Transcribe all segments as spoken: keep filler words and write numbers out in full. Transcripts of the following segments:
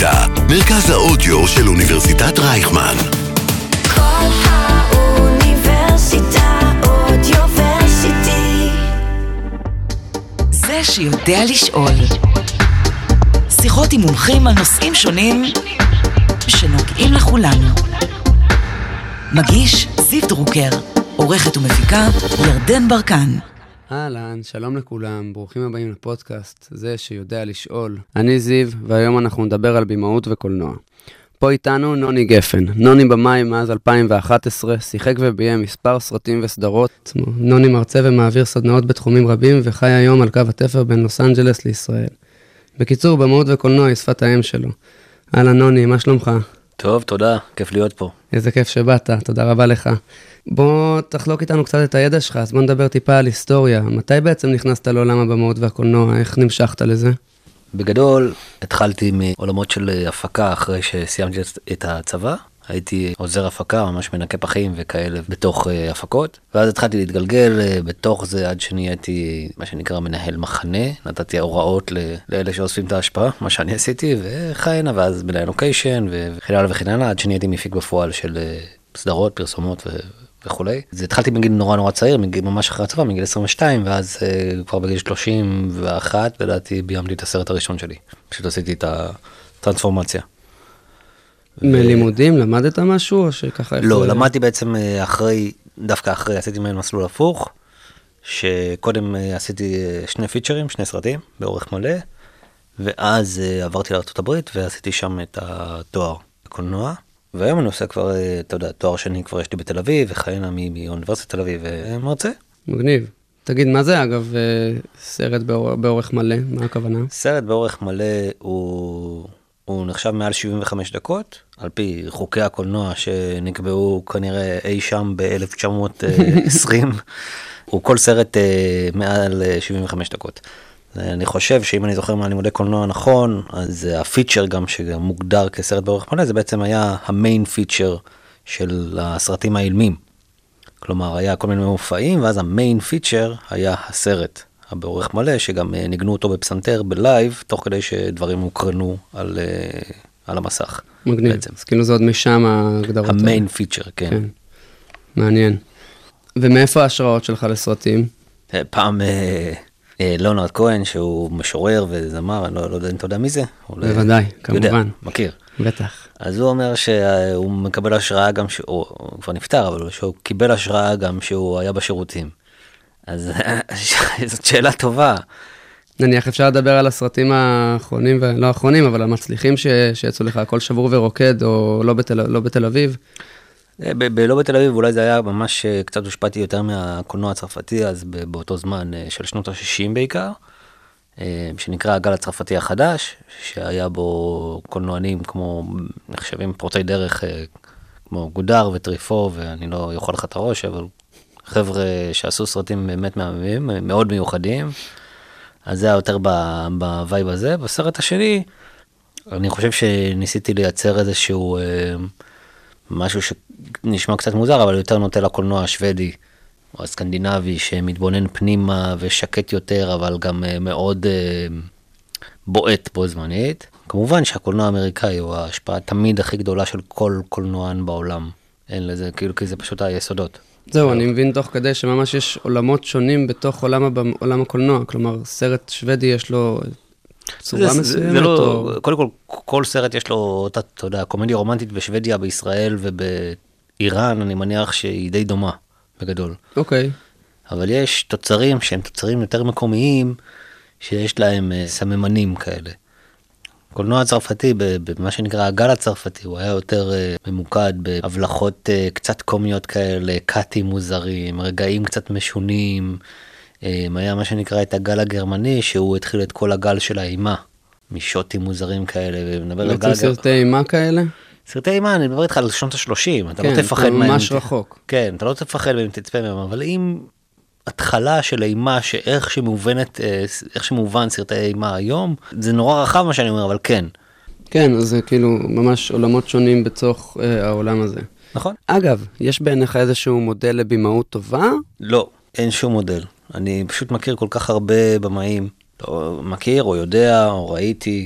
אוניברסיטה, מרכז האודיו של אוניברסיטת רייכמן. כל האוניברסיטה אודיוורסיטי. זה שיודע לשאול. שיחות עם מומחים על נושאים שונים שנוגעים לכולנו. מגיש זיו דרוקר, עורכת ומפיקה ירדן ברקן. אהלן, שלום לכולם, ברוכים הבאים לפודקאסט, זה שיודע לשאול. אני זיו, והיום אנחנו נדבר על בימאות וקולנוע. פה איתנו נוני גפן. נוני במאי מאז אלפיים ואחת עשרה, שיחק וביים מספר סרטים וסדרות. נוני מרצה ומעביר סדנאות בתחומים רבים, וחי היום על קו התפר בין לוס אנג'לס לישראל. בקיצור, בימאות וקולנוע היא שפת האם שלו. אהלן נוני, מה שלומך? טוב, תודה, כיף להיות פה. איזה כיף שבאת, תודה רבה לך. בוא תחלוק איתנו קצת את הידע שלך, אז בוא נדבר טיפה על היסטוריה. מתי בעצם נכנסת לעולם הבימאות והקולנוע? איך נמשכת לזה? בגדול, התחלתי מעולמות של הפקה אחרי שסיימתי את הצבא. הייתי עוזר הפקה, ממש מנקה פחים וכאלה בתוך הפקות. ואז התחלתי להתגלגל בתוך זה עד שנהייתי מה שנקרא מנהל מחנה. נתתי הוראות לאלה שאוספים את ההשפעה, מה שאני עשיתי, וחיינה, ואז מנהל לוקיישן וכן הלאה וכן הלאה, עד שנהייתי מפיק בפועל של סדרות, פרסומות ו... וכולי. אז התחלתי מגיל נורא נורא צעיר, מגיל ממש אחרי הצבא, מגיל עשרים ושתיים, ואז uh, כבר בגיל שלושים ואחת, ולדעתי ביימתי את הסרט הראשון שלי. פשוט עשיתי את הטרנספורמציה. מלימודים, ו... למדת משהו או שככה? לא, למדתי בעצם אחרי, דווקא אחרי, עשיתי מהם מסלול הפוך, שקודם עשיתי שני פיצ'רים, שני סרטים, באורך מלא, ואז uh, עברתי לארצות הברית, ועשיתי שם את התואר בקולנוע. והיום אני עושה כבר, אתה יודע, תואר שני כבר יש לי בתל אביב, וחיינה מאוניברסיטת תל אביב, ומרצה. מגניב. תגיד, מה זה אגב סרט באור, באורך מלא? מה הכוונה? סרט באורך מלא הוא, הוא נחשב מעל שבעים וחמש דקות, על פי חוקי הקולנוע שנקבעו כנראה אי שם ב-אלף תשע מאות עשרים, הוא כל סרט מעל שבעים וחמש דקות. אני חושב שאם אני זוכר מהלימודי קולנוע נכון, אז הפיצ'ר גם שמוגדר כסרט באורך מלא, זה בעצם היה המיין פיצ'ר של הסרטים האילמים. כלומר, היה כל מיני מופעים, ואז המיין פיצ'ר היה הסרט באורך מלא, שגם ניגנו אותו בפסנתר בלייב, תוך כדי שדברים הוקרנו על, על המסך. מגניב, בעצם. אז כאילו זה עוד משם ההגדרות. המיין פיצ'ר, כן. כן. מעניין. ומאיפה ההשראות שלך לסרטים? פעם... לונרד כהן, שהוא משורר וזמר, אני לא, לא יודע אם אתה יודע מי זה. בוודאי, כמובן. יודע, מכיר. בטח. אז הוא אומר שהוא מקבל השראה גם שהוא, הוא כבר נפטר, אבל שהוא קיבל השראה גם שהוא היה בשירותים. אז זאת שאלה טובה. נניח אפשר לדבר על הסרטים האחרונים, ולא האחרונים, אבל המצליחים ש, שיצאו לך, הכל שבור ורוקד, או לא בתל, לא בתל אביב. בלא בתל אביב אולי זה היה ממש קצת הושפעתי יותר מהקולנוע הצרפתי, אז באותו זמן של שנות ה-שישים בעיקר, שנקרא הגל הצרפתי החדש, שהיה בו קולנוענים כמו נחשבים פורצי דרך, כמו גודר וטריפו, ואני לא יכול לך את הראש, אבל חבר'ה שעשו סרטים באמת מהממים, מאוד מיוחדים, אז זה היה יותר בווייב הזה. בסרט השני, אני חושב שניסיתי לייצר איזשהו... משהו שנשמע קצת מוזר, אבל יותר נוטה לקולנוע השוודי, או הסקנדינבי, שמתבונן פנימה ושקט יותר, אבל גם מאוד uh, בועט בו זמנית. כמובן שהקולנוע האמריקאי הוא ההשפעה תמיד הכי גדולה של כל קולנוען בעולם. אין לזה, כאילו, כי זה פשוט היסודות. זהו, אני מבין תוך כדי שממש יש עולמות שונים בתוך עולם, עולם הקולנוע. כלומר, סרט שוודי יש לו... צורה מסוימת? זה לא, קודם כל, כל סרט יש לו, אתה יודע, קומדיה רומנטית בשוודיה, בישראל ובאיראן, אני מניח שהיא די דומה, בגדול. אוקיי. אבל יש תוצרים שהם תוצרים יותר מקומיים, שיש להם סממנים כאלה. קולנוע הצרפתי, במה שנקרא הגל הצרפתי, הוא היה יותר ממוקד בהבלחות קצת קומיות כאלה, קאטים מוזרים, רגעים קצת משונים, היה מה שנקרא את הגל הגרמני, שהוא התחיל את כל הגל של האימה, משוטים מוזרים כאלה, ונדבר על גל... סרטי אימה כאלה? סרטי אימה, אני מדבר איתך על שנות השלושים, אתה לא תפחד מהם. כן, ממש רחוק. כן, אתה לא תפחד מהם, תצפה מהם, אבל אם התחלה של האימה, שאיך שמובנת, איך שמובן סרטי אימה היום, זה נורא רחב מה שאני אומר, אבל כן. כן, אז זה כאילו ממש עולמות שונים בתוך אה, העולם הזה. נכון. אגב, יש בעיניך איזשהו מודל לבימאות טובה? לא, אין שום מודל. אני פשוט מכיר כל כך הרבה במאים, לא מכיר או יודע או ראיתי,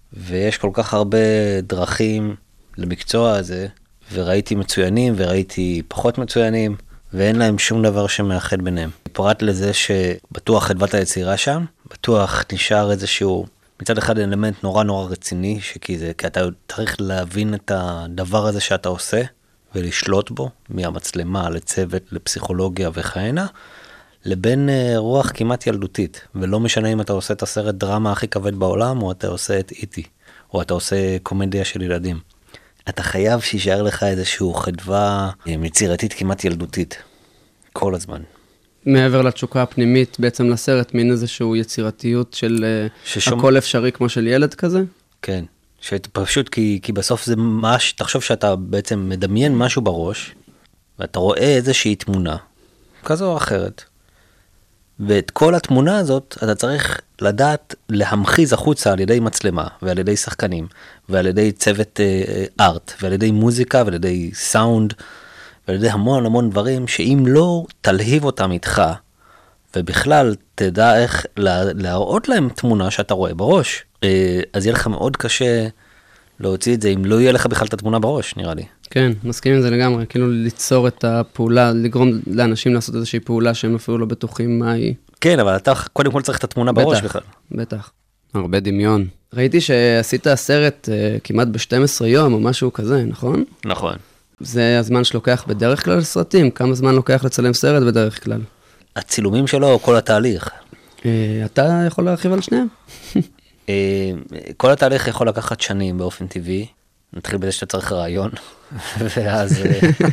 ויש כל כך הרבה דרכים למקצוע הזה, וראיתי מצוינים וראיתי פחות מצוינים, ואין להם שום דבר שמאחד ביניהם. פרט לזה שבטוח חדוות היצירה שם, בטוח נשאר איזשהו, מצד אחד אלמנט נורא נורא רציני, שכי זה, כי אתה צריך להבין את הדבר הזה שאתה עושה, ולשלוט בו, מהמצלמה לצוות, לפסיכולוגיה וכהנה, לבין רוח כמעט ילדותית, ולא משנה אם אתה עושה את הסרט דרמה הכי כבד בעולם, או אתה עושה את איטי, או אתה עושה קומדיה של ילדים. אתה חייב שישאר לך איזשהו חדווה יצירתית כמעט ילדותית, כל הזמן. מעבר לתשוקה הפנימית בעצם לסרט, מין איזשהו יצירתיות של ששום... הכל אפשרי כמו של ילד כזה? כן, שפשוט כי, כי בסוף זה ממש, תחשוב שאתה בעצם מדמיין משהו בראש, ואתה רואה איזושהי תמונה, כזו או אחרת, ואת כל התמונה הזאת אתה צריך לדעת להמחיז החוצה על ידי מצלמה, ועל ידי שחקנים, ועל ידי צוות אה, ארט, ועל ידי מוזיקה, ועל ידי סאונד, ועל ידי המון המון דברים, שאם לא תלהיב אותם איתך, ובכלל תדע איך לה, להראות להם תמונה שאתה רואה בראש, אה, אז יהיה לך מאוד קשה להוציא את זה, אם לא יהיה לך בכלל את התמונה בראש, נראה לי. כן, מסכים עם זה לגמרי, כאילו ליצור את הפעולה, לגרום לאנשים לעשות איזושהי פעולה שהם אפילו לא בטוחים מה היא. כן, אבל אתה קודם כל צריך את התמונה בטח, בראש בכלל. בטח, הרבה דמיון. ראיתי שעשית סרט uh, כמעט ב-שנים עשר יום או משהו כזה, נכון? נכון. זה הזמן שלוקח בדרך כלל לסרטים? כמה זמן לוקח לצלם סרט בדרך כלל? הצילומים שלו או כל התהליך? Uh, אתה יכול להרחיב על שניהם? uh, כל התהליך יכול לקחת שנים באופן טבעי. נתחיל בזה שאתה צריך רעיון, ואז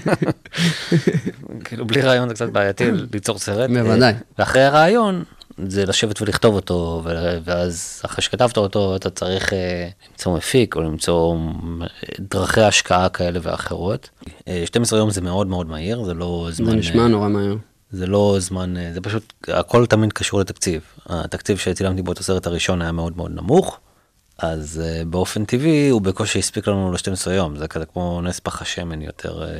כאילו בלי רעיון זה קצת בעייתי ליצור סרט. בוודאי. ואחרי הרעיון זה לשבת ולכתוב אותו, ואז אחרי שכתבת אותו אתה צריך למצוא מפיק או למצוא דרכי השקעה כאלה ואחרות. שנים עשר יום זה מאוד מאוד מהיר, זה לא זמן... זה נשמע נורא מהיר. זה לא זמן, זה פשוט, הכל תמיד קשור לתקציב. התקציב שצילמתי בו את הסרט הראשון היה מאוד מאוד נמוך, אז uh, באופן טבעי הוא בקושי הספיק לנו ל-שנים עשר יום, זה כזה כמו נס פח השמן יותר. Uh,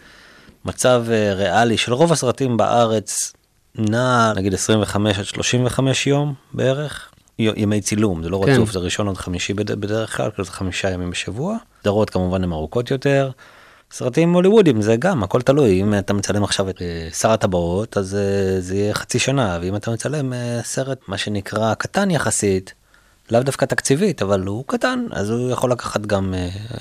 מצב uh, ריאלי של רוב הסרטים בארץ נע נגיד עשרים וחמש עד שלושים וחמש יום בערך, י- ימי צילום, זה לא כן. רצוף, זה ראשון עד חמישי בד- בדרך כלל, זה חמישה ימים בשבוע, סדרות כמובן הן ארוכות יותר, סרטים הוליוודים זה גם, הכל תלוי, אם אתה מצלם עכשיו את uh, שר הטבעות, אז uh, זה יהיה חצי שנה, ואם אתה מצלם uh, סרט, מה שנקרא קטן יחסית, לאו דווקא תקציבית, אבל הוא קטן, אז הוא יכול לקחת גם,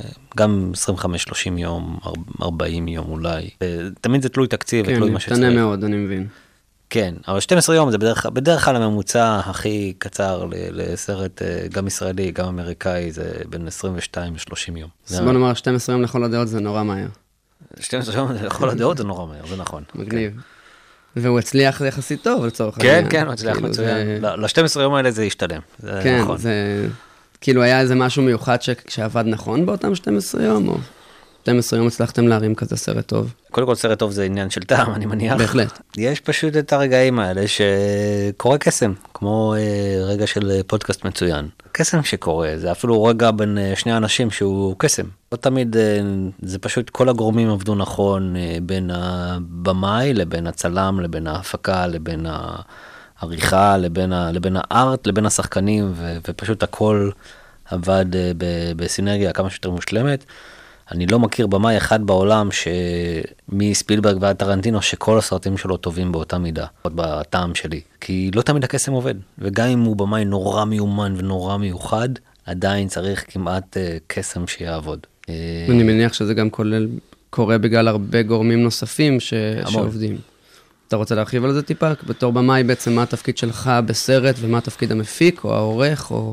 גם עשרים וחמש שלושים יום, ארבעים יום אולי. תמיד זה תלוי תקציב כן, ותלוי מה שצריך. כן, קטנה מאוד, אני מבין. כן, אבל שנים עשר יום זה בדרך, בדרך כלל הממוצע הכי קצר לסרט גם ישראלי, גם אמריקאי, זה בין עשרים ושתיים ל-שלושים יום. אז בוא נאמר, שנים עשר יום לכל הדעות זה נורא מהר. שנים עשר יום לכל הדעות זה נורא מהר, זה נכון. מגניב. והוא הצליח יחסית טוב לצורך העניין. כן, כן, הוא הצליח מצוין. ל-שנים עשר יום האלה זה ישתלם. כן, זה... כאילו היה איזה משהו מיוחד שעבד נכון באותם שנים עשר יום, או שנים עשר יום הצלחתם להרים כזה סרט טוב? קודם כל סרט טוב זה עניין של טעם, אני מניח. בהחלט. יש פשוט את הרגעים האלה שקורה קסם, כמו רגע של פודקאסט מצוין. קסם שקורה, זה אפילו רגע בין שני אנשים שהוא קסם. לא תמיד, זה פשוט כל הגורמים עבדו נכון, בין הבמאי, לבין הצלם, לבין ההפקה, לבין העריכה, לבין, לבין הארט, לבין השחקנים, ו, ופשוט הכל עבד בסינרגיה כמה שיותר מושלמת. אני לא מכיר במאי אחד בעולם שמספילברג ועד טרנטינו שכל הסרטים שלו טובים באותה מידה, עוד בטעם שלי. כי לא תמיד הקסם עובד, וגם אם הוא במאי נורא מיומן ונורא מיוחד, עדיין צריך כמעט uh, קסם שיעבוד. אני מניח שזה גם כולל, קורה בגלל הרבה גורמים נוספים ש... שעובדים. אתה רוצה להרחיב על זה טיפה? בתור במאי בעצם מה התפקיד שלך בסרט, ומה התפקיד המפיק או העורך, או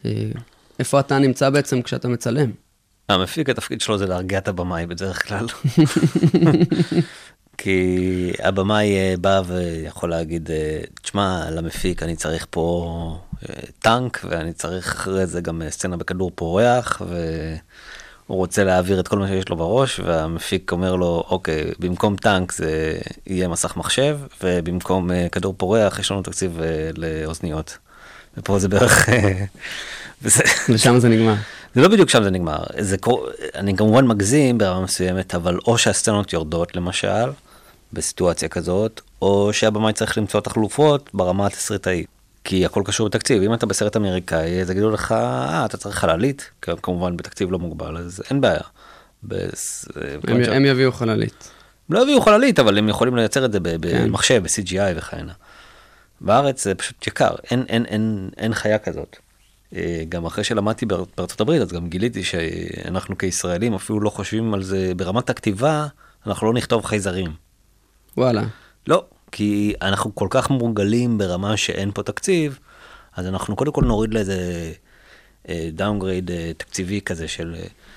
איפה אתה נמצא בעצם כשאתה מצלם? המפיק, התפקיד שלו זה להרגיע את הבמאי בדרך כלל. כי הבמאי בא ויכול להגיד, תשמע, למפיק אני צריך פה טנק, ואני צריך אחרי זה גם סצנה בכדור פורח, והוא רוצה להעביר את כל מה שיש לו בראש, והמפיק אומר לו, אוקיי, במקום טנק זה יהיה מסך מחשב, ובמקום כדור פורח יש לנו תקציב לאוזניות. ופה זה בערך... ושם זה נגמר. זה לא בדיוק שם זה נגמר. זה, אני כמובן מגזים ברמה מסוימת, אבל או שהסצנות יורדות למשל, בסיטואציה כזאת, או שהבמאי צריך למצוא תחלופות ברמה התסריטאית. כי הכל קשור בתקציב. אם אתה בסרט אמריקאי, אז יגידו לך, אה, אתה צריך חללית, כמובן בתקציב לא מוגבל, אז אין בעיה. בס... הם, הם יביאו חללית. לא יביאו חללית, אבל הם יכולים לייצר את זה במחשב, ב-סי ג'י איי וכהנה. בארץ זה פשוט יקר, אין, אין, אין, אין חיה כזאת. גם אחרי שלמדתי בארצות הברית, אז גם גיליתי שאנחנו כישראלים אפילו לא חושבים על זה ברמת הכתיבה, אנחנו לא נכתוב חייזרים. וואלה. לא, כי אנחנו כל כך מורגלים ברמה שאין פה תקציב, אז אנחנו קודם כל נוריד לאיזה דאונגרייד תקציבי כזה של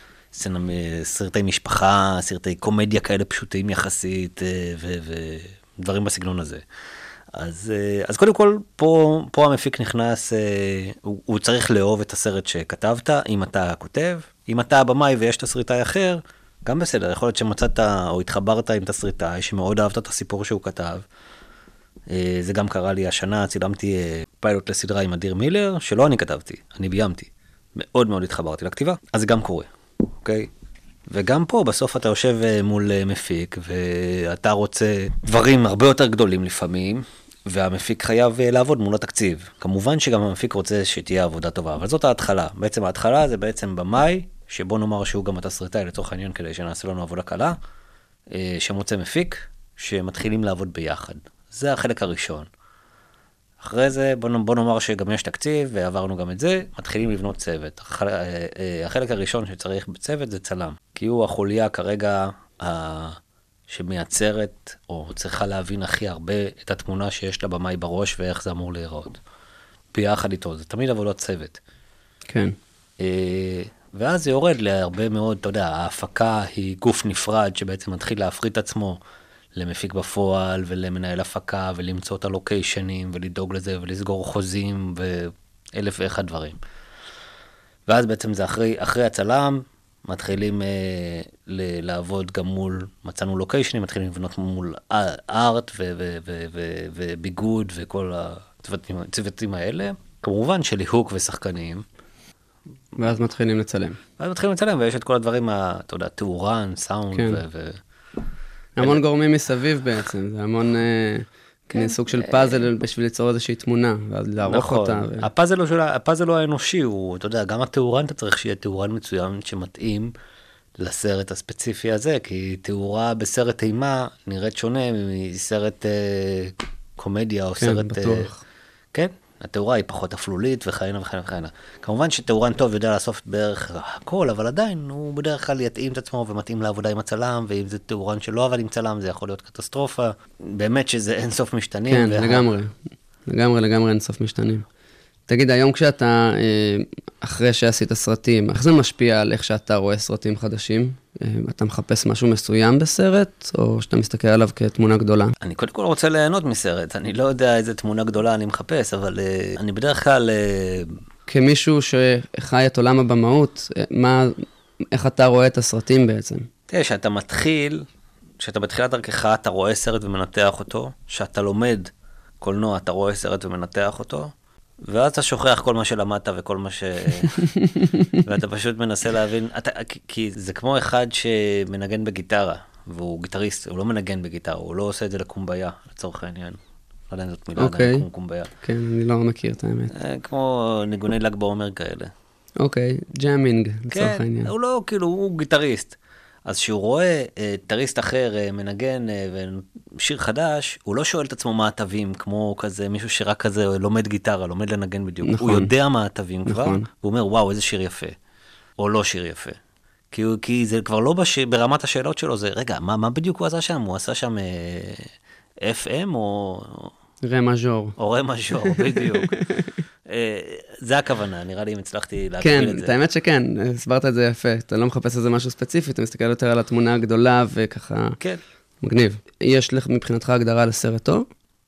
סרטי משפחה, סרטי קומדיה כאלה פשוטים יחסית, ודברים בסגנון הזה. אז, אז קודם כל, פה, פה המפיק נכנס, הוא, הוא צריך לאהוב את הסרט שכתבת, אם אתה כותב, אם אתה הבמאי ויש תסריטאי אחר, גם בסדר, יכול להיות שמצאת או התחברת עם תסריטאי, שמאוד אהבת את הסיפור שהוא כתב. זה גם קרה לי השנה, צילמתי פיילוט לסדרה עם אדיר מילר, שלא אני כתבתי, אני ביימתי. מאוד מאוד התחברתי לכתיבה, אז זה גם קורה, אוקיי? וגם פה, בסוף אתה יושב מול מפיק, ואתה רוצה דברים הרבה יותר גדולים לפעמים, והמפיק חייב לעבוד מול התקציב. כמובן שגם המפיק רוצה שתהיה עבודה טובה, אבל זאת ההתחלה. בעצם ההתחלה זה בעצם במאי, שבו נאמר שהוא גם התסריטאי לצורך העניין, כדי שנעשה לנו עבודה קלה, שמוצא מפיק, שמתחילים לעבוד ביחד. זה החלק הראשון. אחרי זה, בוא, בוא נאמר שגם יש תקציב, ועברנו גם את זה, מתחילים לבנות צוות. החלק הראשון שצריך בצוות זה צלם. כי הוא החוליה כרגע שמייצרת, או צריכה להבין הכי הרבה את התמונה שיש לה במאי בראש, ואיך זה אמור להיראות. ביחד איתו, זה תמיד עבודות צוות. כן. ואז זה יורד להרבה מאוד, אתה יודע, ההפקה היא גוף נפרד, שבעצם מתחיל להפריט עצמו, למפיק בפועל ולמנהל הפקה ולמצוא את הלוקיישנים ולדאוג לזה ולסגור חוזים ואלף ואחד דברים. ואז בעצם זה אחרי, אחרי הצלם, מתחילים אה, ל- לעבוד גם מול, מצאנו לוקיישנים, מתחילים לבנות מול ארט ו- ו- ו- ו- וביגוד וכל הצוותים, הצוותים האלה. כמובן שליהוק ושחקנים. ואז מתחילים לצלם. ואז מתחילים לצלם ויש את כל הדברים, אתה יודע, תאורן, סאונד כן. ו... ו- המון גורמים מסביב בעצם, זה המון כן. סוג של פאזל בשביל ליצור איזושהי תמונה, ואז לערוך נכון. אותה. ו... הפאזל, של... הפאזל האנושי הוא, אתה יודע, גם התאורן אתה צריך שיהיה תאורן מצוין שמתאים לסרט הספציפי הזה, כי תאורה בסרט אימה נראית שונה מסרט אה, קומדיה או כן, סרט... בטוח. אה, כן, התאורה היא פחות אפלולית וכהנה וכהנה וכהנה. כמובן שתאורן טוב יודע לאסוף בערך הכל, אבל עדיין הוא בדרך כלל יתאים את עצמו ומתאים לעבודה עם הצלם, ואם זה תאורן שלא עבד עם צלם, זה יכול להיות קטסטרופה. באמת שזה אין סוף משתנים. כן, וה... לגמרי. לגמרי, לגמרי אין סוף משתנים. תגיד, היום כשאתה, אחרי שעשית סרטים, איך זה משפיע על איך שאתה רואה סרטים חדשים? אתה מחפש משהו מסוים בסרט, או שאתה מסתכל עליו כתמונה גדולה? אני קודם כל רוצה ליהנות מסרט. אני לא יודע איזה תמונה גדולה אני מחפש, אבל אני בדרך כלל... כמישהו שחי את עולם הבמאות, מה, איך אתה רואה את הסרטים בעצם? תראה, שאתה מתחיל, שאתה בתחילת דרכך, אתה רואה סרט ומנתח אותו, שאתה לומד קולנוע, אתה רואה סרט ומנתח אותו, ואז אתה שוכח כל מה שלמדת וכל מה ש... ואתה פשוט מנסה להבין, אתה... כי זה כמו אחד שמנגן בגיטרה, והוא גיטריסט, הוא לא מנגן בגיטרה, הוא לא עושה את זה לקומביה, לצורך העניין. לא יודע אם זאת מילה, אוקיי. כמו קומביה. כן, אני לא מכיר את האמת. כמו ניגוני ל"ג בעומר כאלה. אוקיי, ג'אמינג, לצורך כן, העניין. הוא לא, כאילו, הוא גיטריסט. אז כשהוא רואה גיטריסט אחר מנגן ושיר חדש, הוא לא שואל את עצמו מה התווים, כמו כזה, מישהו שרק כזה לומד גיטרה, לומד לנגן בדיוק. נכון. הוא יודע מה התווים נכון. כבר, והוא אומר, וואו, איזה שיר יפה. או לא שיר יפה. כי, כי זה כבר לא בש... ברמת השאלות שלו, זה, רגע, מה, מה בדיוק הוא עשה שם? הוא עשה שם אה, אף אם או... רה מז'ור. או רה מז'ור, בדיוק. זה הכוונה, נראה לי אם הצלחתי להגביל כן, את זה. את האמת שכן, הסברת את זה יפה. אתה לא מחפש איזה משהו ספציפי, אתה מסתכל יותר על התמונה הגדולה וככה... כן. מגניב. יש לך מבחינתך הגדרה לסרט טוב?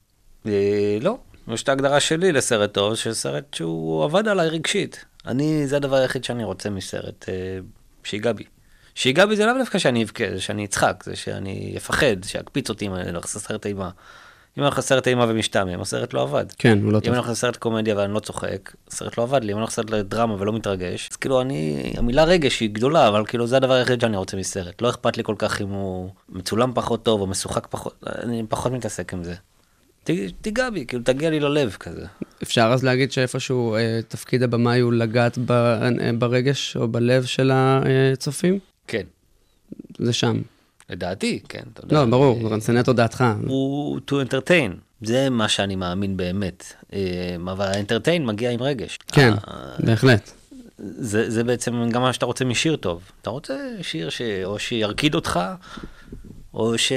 לא, יש את ההגדרה שלי לסרט טוב, שסרט שהוא עבד עליי רגשית. אני, זה הדבר היחיד שאני רוצה מסרט, שיגע בי. שיגע בי זה לא דווקא שאני אבכה, זה שאני אצחק, זה שאני אפחד, שיקפיץ אותי אם אני לא חסר סרט אימה. אם אני לא חסר סרט אימה ומשתעמם, הסרט לא עבד. כן, הוא לא טוב. אם אני לא חסר סרט קומדיה ואני לא צוחק, הסרט לא עבד לי. אם אני לא חסר דרמה ולא מתרגש, אז כאילו אני, המילה רגש היא גדולה, אבל כאילו זה הדבר היחיד שאני רוצה מסרט. לא אכפת לי כל כך אם הוא מצולם פחות טוב או משוחק פחות, אני פחות מתעסק עם זה. תיגע בי, כאילו תגיע לי ללב כזה. אפשר אז להגיד שאיפשהו אה, תפקיד הבמאי הוא לגעת ב, אה, ברגש או בלב של הצופים? כן. זה שם. לדעתי, כן. אתה יודע, לא, ברור, זה רנסנה תודעתך. הוא to entertain, זה מה שאני מאמין באמת. אבל האנטרטיין מגיע עם רגש. כן, בהחלט. זה, זה בעצם גם מה שאתה רוצה משיר טוב. אתה רוצה שיר שאו שירקיד אותך, או ש...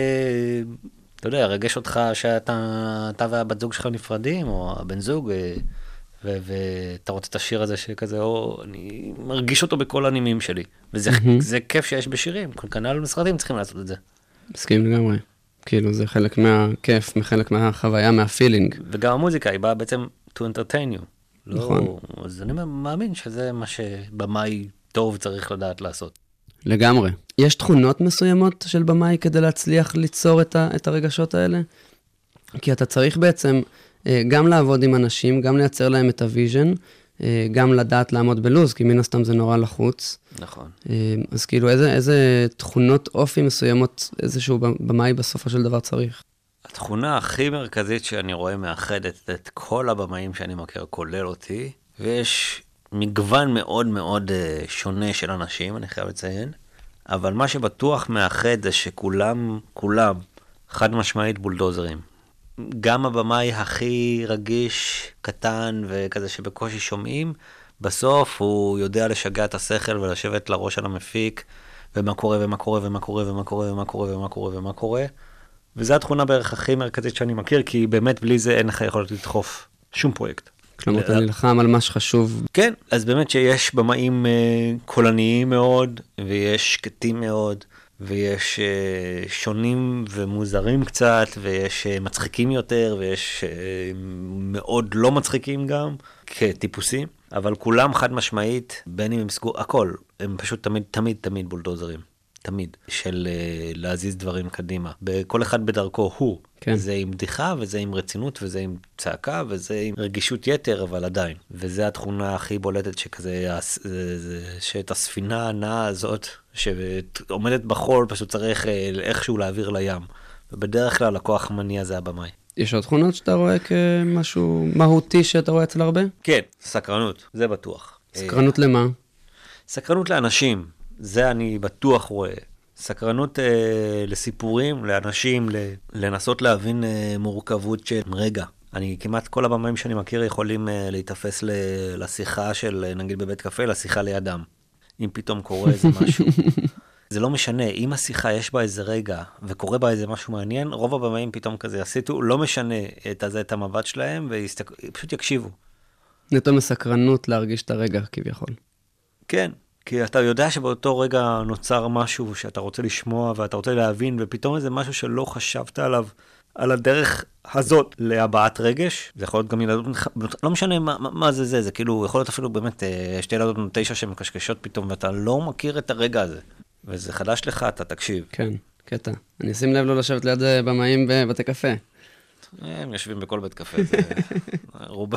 אתה יודע, ירגש אותך שאתה אתה והבת זוג שלך נפרדים, או הבן זוג, ו- ואתה רוצה את השיר הזה שכזה, או אני מרגיש אותו בכל הנימים שלי. וזה זה כיף שיש בשירים, כל כנ"ל משרדים צריכים לעשות את זה. מסכים לגמרי. כאילו זה חלק מהכיף, חלק מהחוויה, מהפילינג. וגם המוזיקה היא באה בעצם to entertain you. נכון. לא, אז אני מאמין שזה מה שבמאי טוב צריך לדעת לעשות. לגמרי. יש תכונות מסוימות של במאי כדי להצליח ליצור את, ה, את הרגשות האלה? כי אתה צריך בעצם גם לעבוד עם אנשים, גם לייצר להם את הוויז'ן, גם לדעת לעמוד בלוז, כי מן הסתם זה נורא לחוץ. נכון. אז כאילו איזה, איזה תכונות אופי מסוימות איזשהו במאי בסופו של דבר צריך? התכונה הכי מרכזית שאני רואה מאחדת את כל הבמאים שאני מכיר, כולל אותי, ויש מגוון מאוד מאוד שונה של אנשים, אני חייב לציין, אבל מה שבטוח מאחד זה שכולם, כולם, חד משמעית בולדוזרים. גם הבמאי הכי רגיש, קטן וכזה שבקושי שומעים, בסוף הוא יודע לשגע את השכל ולשבת לראש על המפיק, ומה קורה ומה קורה ומה קורה ומה קורה ומה קורה ומה קורה ומה קורה. וזו התכונה בערך הכי מרכזית שאני מכיר, כי באמת בלי זה אין לך יכולת לדחוף שום פרויקט. כלומר, אתה נלחם על מה שחשוב. כן, אז באמת שיש במאים קולניים מאוד, ויש שקטים מאוד, ויש שונים ומוזרים קצת, ויש מצחיקים יותר, ויש מאוד לא מצחיקים גם, כטיפוסים, אבל כולם חד משמעית, בין אם הם סגור, הכל, הם פשוט תמיד, תמיד, תמיד בולדוזרים. תמיד, של uh, להזיז דברים קדימה. בכל אחד בדרכו הוא. כן. זה עם בדיחה, וזה עם רצינות, וזה עם צעקה, וזה עם רגישות יתר, אבל עדיין. וזה התכונה הכי בולטת שכזה, זה, זה, שאת הספינה הנאה הזאת, שעומדת בחול, פשוט צריך איכשהו להעביר לים. ובדרך כלל הכוח המניע זה הבמאי. יש עוד תכונות שאתה רואה כמשהו מהותי שאתה רואה אצל הרבה? כן, סקרנות, זה בטוח. סקרנות למה? סקרנות לאנשים. זה אני בטוח רואה. סקרנות אה, לסיפורים, לאנשים, לנסות להבין אה, מורכבות של רגע. אני כמעט כל הבמאים שאני מכיר יכולים אה, להתאפס ל, לשיחה של, נגיד בבית קפה, לשיחה לידם. אם פתאום קורה איזה משהו. זה לא משנה, אם השיחה יש בה איזה רגע, וקורה בה איזה משהו מעניין, רוב הבמאים פתאום כזה יסיטו, לא משנה את הזה, את המבט שלהם, ופשוט יקשיבו. נטו מסקרנות להרגיש את הרגע כביכול. כן. כי אתה יודע שבאותו רגע נוצר משהו שאתה רוצה לשמוע ואתה רוצה להבין, ופתאום איזה משהו שלא חשבת עליו, על הדרך הזאת להבעת רגש. זה יכול להיות גם ילדות, לא משנה מה, מה זה זה, זה כאילו יכול להיות אפילו באמת שתי ילדות תשע שמקשקשות פתאום, ואתה לא מכיר את הרגע הזה. וזה חדש לך, אתה תקשיב. כן, קטע. אני אשים לב לא לשבת ליד במאים בבתי קפה. הם יושבים בכל בית קפה, זה רובה.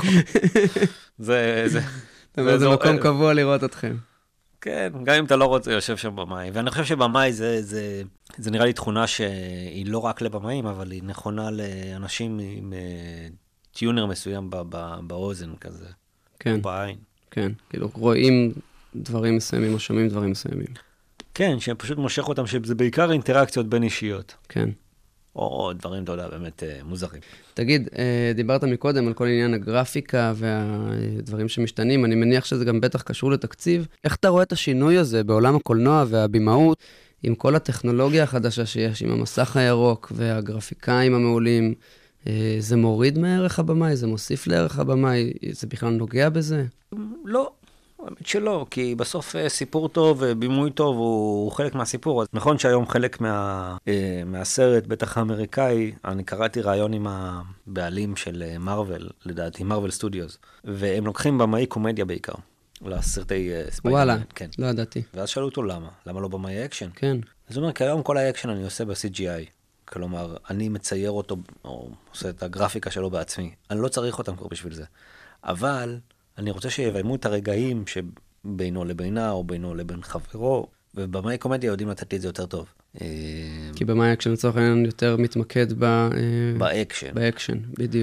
זה, זה... זה מקום קבוע לראות אתכם. כן, גם אם אתה לא רוצה, יושב שם במאי. ואני חושב שבמאי זה, זה, זה נראה לי תכונה שהיא לא רק לבמאים, אבל היא נכונה לאנשים עם uh, טיונר מסוים ב, ב, באוזן כזה. כן. בעין. כן, כאילו רואים דברים מסוימים או שומעים דברים מסוימים. כן, שפשוט מושך אותם, שזה בעיקר אינטראקציות בין אישיות. כן. או, או דברים, אתה יודע, באמת uh, מוזרים. תגיד, דיברת מקודם על כל עניין הגרפיקה והדברים שמשתנים, אני מניח שזה גם בטח קשור לתקציב. איך אתה רואה את השינוי הזה בעולם הקולנוע והבימאות, עם כל הטכנולוגיה החדשה שיש, עם המסך הירוק והגרפיקאים המעולים? זה מוריד מערך הבמאי? זה מוסיף לערך הבמאי? זה בכלל נוגע בזה? לא. האמת שלא, כי בסוף סיפור טוב ובימוי טוב הוא חלק מהסיפור. אז נכון שהיום חלק מה, מהסרט, בטח האמריקאי, אני קראתי רעיון עם הבעלים של מרוול, לדעתי, מרוול סטודיוס, והם לוקחים במאי קומדיה בעיקר, לסרטי ספיידרמן. וואלה, כן. לא ידעתי. ואז שאלו אותו למה, למה לא במאי אקשן? כן. אז הוא אומר, כי היום כל האקשן אני עושה ב-סי ג'י איי, כלומר, אני מצייר אותו, או עושה את הגרפיקה שלו בעצמי, אני לא צריך אותם כבר בשביל זה. אבל אני רוצה שיביימו את הרגעים שבינו לבינה, או בינו לבין חברו, ובמאי קומדיה יודעים לתת לי את זה יותר טוב. כי במאי אקשן לצורך העניין יותר מתמקד ב... באקשן. באקשן, בדיוק.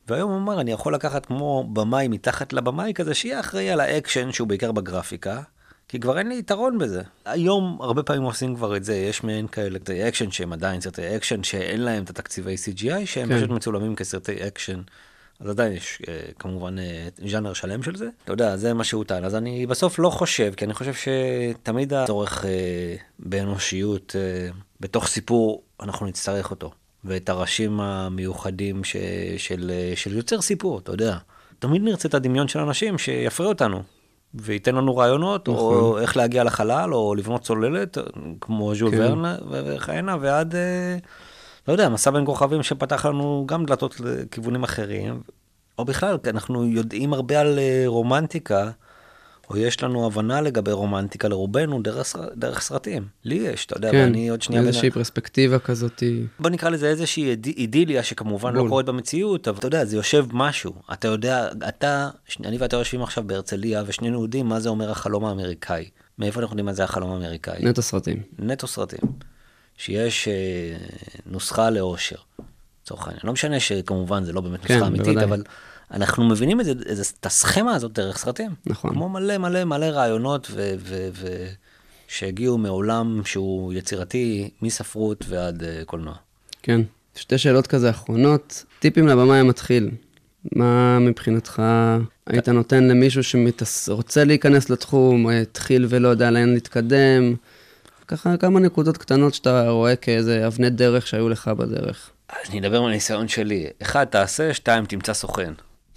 והיום הוא אומר, אני יכול לקחת כמו במאי מתחת לבמאי כזה, שיהיה אחראי על האקשן, שהוא בעיקר בגרפיקה, כי כבר אין לי יתרון בזה. היום הרבה פעמים עושים כבר את זה, יש מעין כאלה, סרטי אקשן שהם עדיין סרטי אקשן, שאין להם את התקציבי סי ג'י איי, שהם כן. פשוט מצולמים כסרטי אקשן. אז עדיין יש כמובן ז'אנר שלם של זה. אתה יודע, זה מה שהוא טען. אז אני בסוף לא חושב, כי אני חושב שתמיד הצורך באנושיות, בתוך סיפור, אנחנו נצטרך אותו. ואת הראשים המיוחדים ש, של, של יוצר סיפור, אתה יודע. תמיד נרצה את הדמיון של אנשים שיפריע אותנו, וייתן לנו רעיונות, נכון. או איך להגיע לחלל, או לבנות צוללת, כמו ז'ול כן. ורן וחיינה, ועד... לא יודע, מסע בין כוכבים שפתח לנו גם דלתות לכיוונים אחרים, או בכלל, אנחנו יודעים הרבה על רומנטיקה, או יש לנו הבנה לגבי רומנטיקה לרובנו דרך, דרך סרטים. לי יש, אתה יודע, כן, ואני עוד שנייה... איזושהי בין... פרספקטיבה כזאת. בוא נקרא לזה איזושהי אידיליה שכמובן בול. לא קורית במציאות, אבל אתה יודע, זה יושב משהו. אתה יודע, אתה, אני ואתה יושבים עכשיו בהרצליה, ושנינו יודעים מה זה אומר החלום האמריקאי. מאיפה אנחנו יודעים מה זה החלום האמריקאי? נטו סרטים. נטו סרטים. שיש אה, נוסחה לאושר. צורך העניין. לא משנה שכמובן זה לא באמת נוסחה כן, אמיתית, בוודאי. אבל אנחנו מבינים את, זה, את הסכמה הזאת דרך סרטים. נכון. כמו מלא מלא מלא רעיונות ו, ו, ו, שהגיעו מעולם שהוא יצירתי, מספרות ועד uh, קולנוע. כן. שתי שאלות כזה אחרונות. טיפים לבמאי המתחיל. מה מבחינתך היית נותן למישהו שרוצה להיכנס לתחום, התחיל ולא יודע לאן להתקדם? ככה כמה נקודות קטנות שאתה רואה כאיזה אבני דרך שהיו לך בדרך. אני אדבר מהניסיון שלי. אחד, תעשה, שתיים, תמצא סוכן.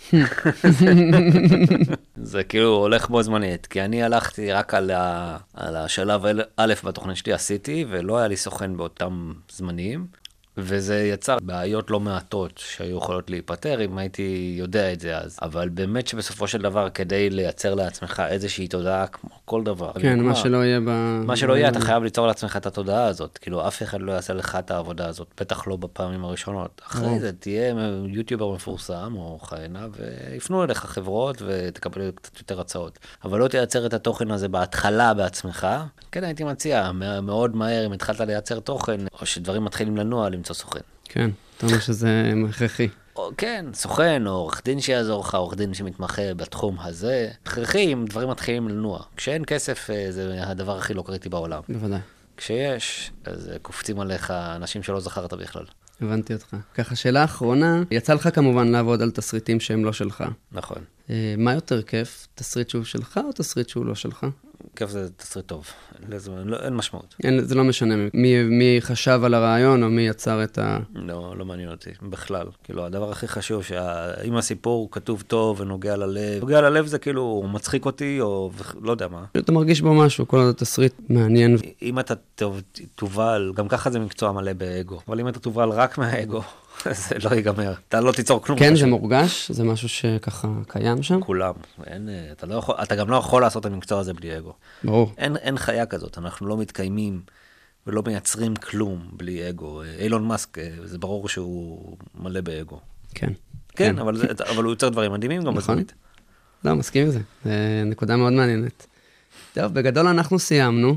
זה כאילו הולך בו זמנית, כי אני הלכתי רק על, ה... על השלב א' בתוכנית שלי עשיתי, ולא היה לי סוכן באותם זמנים, וזה יצר בעיות לא מעטות שהיו יכולות להיפטר אם הייתי יודע את זה אז. אבל באמת שבסופו של דבר כדי לייצר לעצמך איזושהי תודעה כמו כל דבר. כן, מה שלא יהיה ב... מה שלא יהיה, אתה חייב ליצור לעצמך את התודעה הזאת. כאילו אף אחד לא יעשה לך את העבודה הזאת, בטח לא בפעמים הראשונות. אחרי זה תהיה יוטיובר מפורסם או חיינה ויפנו אליך חברות ותקבל קצת יותר הצעות. אבל לא תייצר את התוכן הזה בהתחלה בעצמך. כן, הייתי מציע, מאוד מהר אם התחלת לייצר תוכן או שדברים מתחילים לנוע למצוא סוכן. כן, אתה אומר שזה הכרחי. כן, סוכן או עורך דין שיעזור לך, עורך דין שמתמחה בתחום הזה. הכרחי אם דברים מתחילים לנוע. כשאין כסף זה הדבר הכי לא קריטי בעולם. בוודאי. כשיש, אז קופצים עליך אנשים שלא זכרת בכלל. הבנתי אותך. ככה, שאלה האחרונה, יצא לך כמובן לעבוד על תסריטים שהם לא שלך. נכון. מה יותר כיף? תסריט שהוא שלך או תסריט שהוא לא שלך? כיף זה תסריט טוב, לא, אין משמעות. אין, זה לא משנה מי, מי חשב על הרעיון או מי יצר את ה... לא, לא מעניין אותי, בכלל. כאילו, הדבר הכי חשוב, שאם הסיפור כתוב טוב ונוגע ללב, נוגע ללב זה כאילו, הוא מצחיק אותי או לא יודע מה. אתה מרגיש בו משהו, כל עוד התסריט מעניין. אם אתה תובל, גם ככה זה מקצוע מלא באגו, אבל אם אתה תובל רק מהאגו, זה לא ייגמר. אתה לא תיצור כלום. כן, זה מורגש, זה משהו שככה קיים שם. כולם. אין, אתה, לא יכול, אתה גם לא יכול לעשות את המקצוע הזה בלי אגו. ברור. אין, אין חיה כזאת, אנחנו לא מתקיימים ולא מייצרים כלום בלי אגו. אילון מאסק, זה ברור שהוא מלא באגו. כן. כן, כן. אבל, זה, אבל הוא יוצר דברים מדהימים גם נכון. בזמנית. לא, מסכים עם זה. זה נקודה מאוד מעניינת. טוב, בגדול אנחנו סיימנו.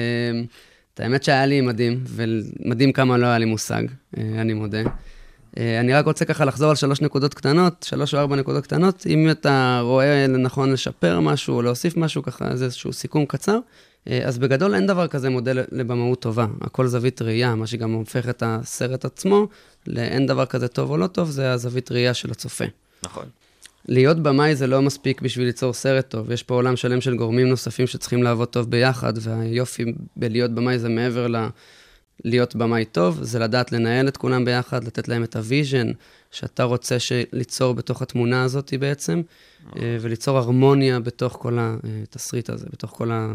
את האמת שהיה לי מדהים, ומדהים כמה לא היה לי מושג, אני מודה. אני רק רוצה ככה לחזור על שלוש נקודות קטנות, שלוש או ארבע נקודות קטנות, אם אתה רואה לנכון לשפר משהו או להוסיף משהו ככה, איזשהו סיכום קצר, אז בגדול אין דבר כזה מודל לבמאות טובה, הכל זווית ראייה, מה שגם הופך את הסרט עצמו, לאין דבר כזה טוב או לא טוב, זה הזווית ראייה של הצופה. נכון. להיות במאי זה לא מספיק בשביל ליצור סרט טוב, יש פה עולם שלם של גורמים נוספים שצריכים לעבוד טוב ביחד, והיופי בלהיות במאי זה מעבר ל... להיות במאי טוב, זה לדעת לנהל את כולם ביחד, לתת להם את הוויז'ן, שאתה רוצה ליצור בתוך התמונה הזאת בעצם, וליצור הרמוניה בתוך כל התסריט הזה, בתוך כל ה...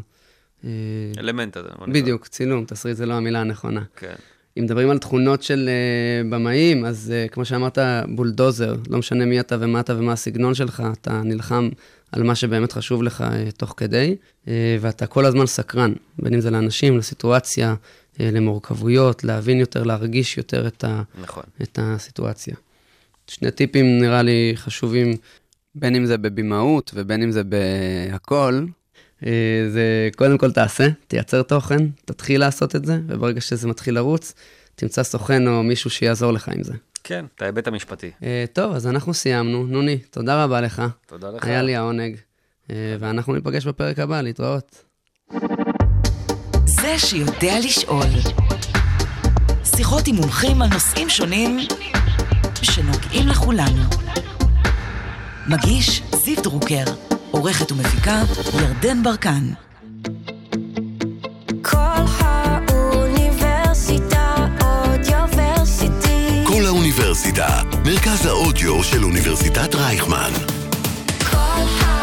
אלמנט הזה. בדיוק, צילום, תסריט זה לא המילה הנכונה. כן. אם מדברים על תכונות של במאים, אז כמו שאמרת, בולדוזר, לא משנה מי אתה ומה אתה ומה הסגנון שלך, אתה נלחם על מה שבאמת חשוב לך תוך כדי, ואתה כל הזמן סקרן, בין אם זה לאנשים, לסיטואציה, למורכבויות, להבין יותר, להרגיש יותר את, ה... נכון. את הסיטואציה. שני טיפים נראה לי חשובים, בין אם זה בבימאות ובין אם זה בהכל, זה קודם כל תעשה, תייצר תוכן, תתחיל לעשות את זה, וברגע שזה מתחיל לרוץ, תמצא סוכן או מישהו שיעזור לך עם זה. כן, את ההיבט המשפטי. אה, טוב, אז אנחנו סיימנו. נוני, תודה רבה לך. תודה לך. היה לי העונג. אה, ואנחנו ניפגש בפרק הבא, להתראות. זה שיודע לשאול. שיחות עם מומחים על נושאים שונים שנוגעים לכולנו. מגיש זיו דרוקר, עורכת ומפיקה ירדן ברקן. כל האוניברסיטה אודיוורסיטי. כל האוניברסיטה, מרכז האודיו של אוניברסיטת רייכמן. כל האוניברסיטה